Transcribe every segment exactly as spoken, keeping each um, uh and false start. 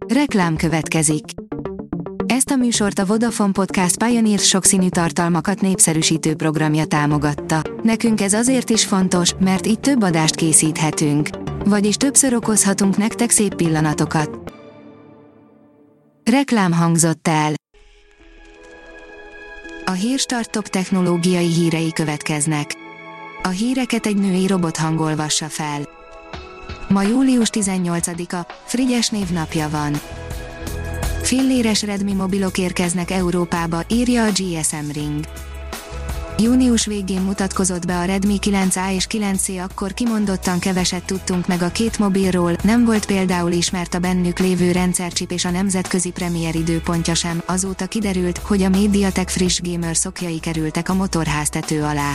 Reklám következik. Ezt a műsort a Vodafone Podcast Pioneer sokszínű tartalmakat népszerűsítő programja támogatta. Nekünk ez azért is fontos, mert így több adást készíthetünk. Vagyis többször okozhatunk nektek szép pillanatokat. Reklám hangzott el. A Hírstart top technológiai hírei következnek. A híreket egy női robot hangolvassa fel. Ma július tizennyolcadika, Frigyes névnapja van. Filléres Redmi mobilok érkeznek Európába, írja a gé es em Ring. Június végén mutatkozott be a Redmi kilenc á és kilenc cé, akkor kimondottan keveset tudtunk meg a két mobilról, nem volt például ismert a bennük lévő rendszercsip és a nemzetközi premier időpontja sem, azóta kiderült, hogy a MediaTek friss gamer szokjai kerültek a motorháztető alá.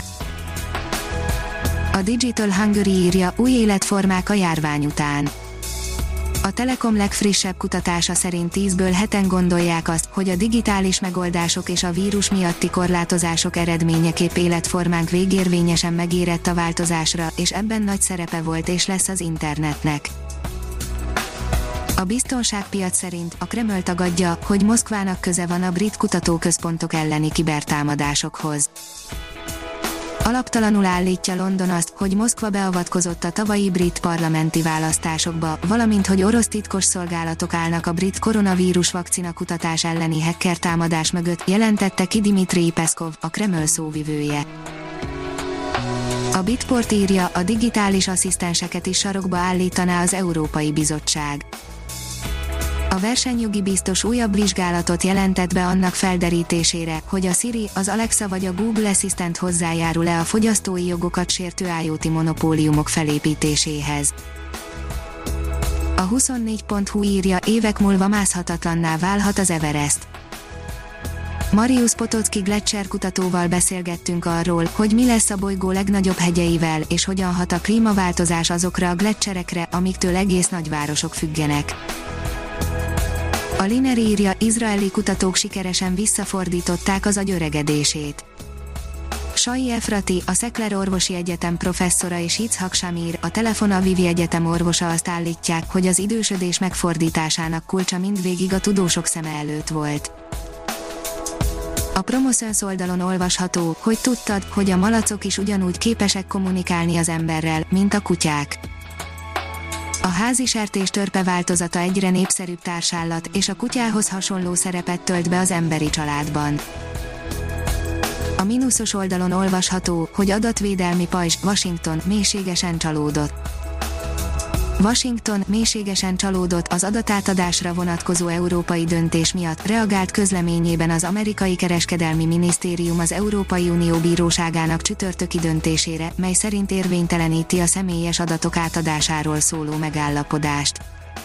A Digital Hungary írja, új életformák a járvány után. A Telekom legfrissebb kutatása szerint tízből heten gondolják azt, hogy a digitális megoldások és a vírus miatti korlátozások eredményeképp életformánk végérvényesen megérett a változásra, és ebben nagy szerepe volt és lesz az internetnek. A biztonságpiac szerint a Kreml tagadja, hogy Moszkvának köze van a brit kutatóközpontok elleni kibertámadásokhoz. Alaptalanul állítja London azt, hogy Moszkva beavatkozott a tavalyi brit parlamenti választásokba, valamint hogy orosz titkosszolgálatok állnak a brit koronavírus vakcina kutatás elleni hacker támadás mögött, jelentette ki Dimitrij Peszkov, a Kreml szóvivője. A Bitport írja, a digitális asszisztenseket is sarokba állítaná az Európai Bizottság. A versenyjogi biztos újabb vizsgálatot jelentett be annak felderítésére, hogy a Siri, az Alexa vagy a Google Assistant hozzájárul-e a fogyasztói jogokat sértő IoT monopóliumok felépítéséhez. A huszonnégy pont hu írja, évek múlva mászhatatlanná válhat az Everest. Mariusz Potocki gleccserkutatóval beszélgettünk arról, hogy mi lesz a bolygó legnagyobb hegyeivel, és hogyan hat a klímaváltozás azokra a gleccserekre, amiktől egész nagyvárosok függenek. A Liner írja, izraeli kutatók sikeresen visszafordították az agy öregedését. Shai Efrati, a Szekler Orvosi Egyetem professzora és Yitzhak Shamir, a Telefon Avivi Egyetem orvosa azt állítják, hogy az idősödés megfordításának kulcsa mindvégig a tudósok szeme előtt volt. A Promoszöns oldalon olvasható, hogy tudtad, hogy a malacok is ugyanúgy képesek kommunikálni az emberrel, mint a kutyák. A házi sertéstörpe változata egyre népszerűbb társállat, és a kutyához hasonló szerepet tölt be az emberi családban. A mínuszos oldalon olvasható, hogy adatvédelmi pajzs, Washington mélységesen csalódott. Washington mélységesen csalódott az adatátadásra vonatkozó európai döntés miatt, reagált közleményében az amerikai kereskedelmi minisztérium az Európai Unió bíróságának csütörtöki döntésére, mely szerint érvényteleníti a személyes adatok átadásáról szóló megállapodást.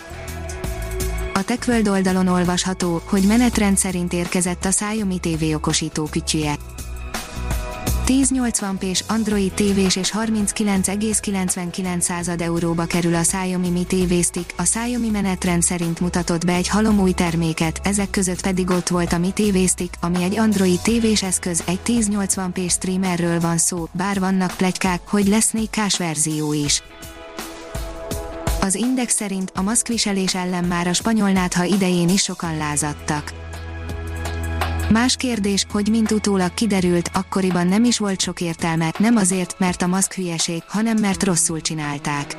A TechWorld oldalon olvasható, hogy menetrend szerint érkezett a Xiaomi té vé okosító kütyüje. tíz nyolcvan pés Android tévés és harminckilenc egész kilencvenkilenc euróba kerül a Xiaomi Mi té vé Stick, a Xiaomi menetrend szerint mutatott be egy halom új terméket, ezek között pedig ott volt a Mi té vé Stick, ami egy Android tévés eszköz, egy tíz nyolcvan pés streamerről van szó, bár vannak pletykák, hogy lesz négy kás verzió is. Az Index szerint a maszkviselés ellen már a spanyol nátha idején is sokan lázadtak. Más kérdés, hogy mint utólag kiderült, akkoriban nem is volt sok értelme, nem azért, mert a maszk hülyeség, hanem mert rosszul csinálták.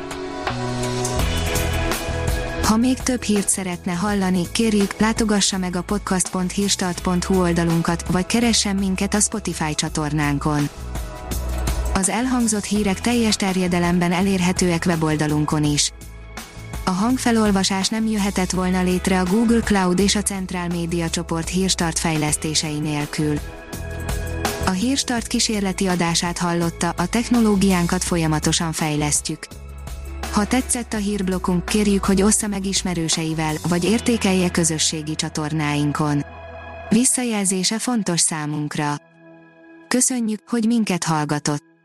Ha még több hírt szeretne hallani, kérjük, látogassa meg a podcast pont hírstart pont hu oldalunkat, vagy keressen minket a Spotify csatornánkon. Az elhangzott hírek teljes terjedelemben elérhetőek weboldalunkon is. A hangfelolvasás nem jöhetett volna létre a Google Cloud és a Central Média csoport Hírstart fejlesztései nélkül. A Hírstart kísérleti adását hallotta, a technológiánkat folyamatosan fejlesztjük. Ha tetszett a hírblokkunk, kérjük, hogy ossza meg ismerőseivel, vagy értékelje közösségi csatornáinkon. Visszajelzése fontos számunkra. Köszönjük, hogy minket hallgatott!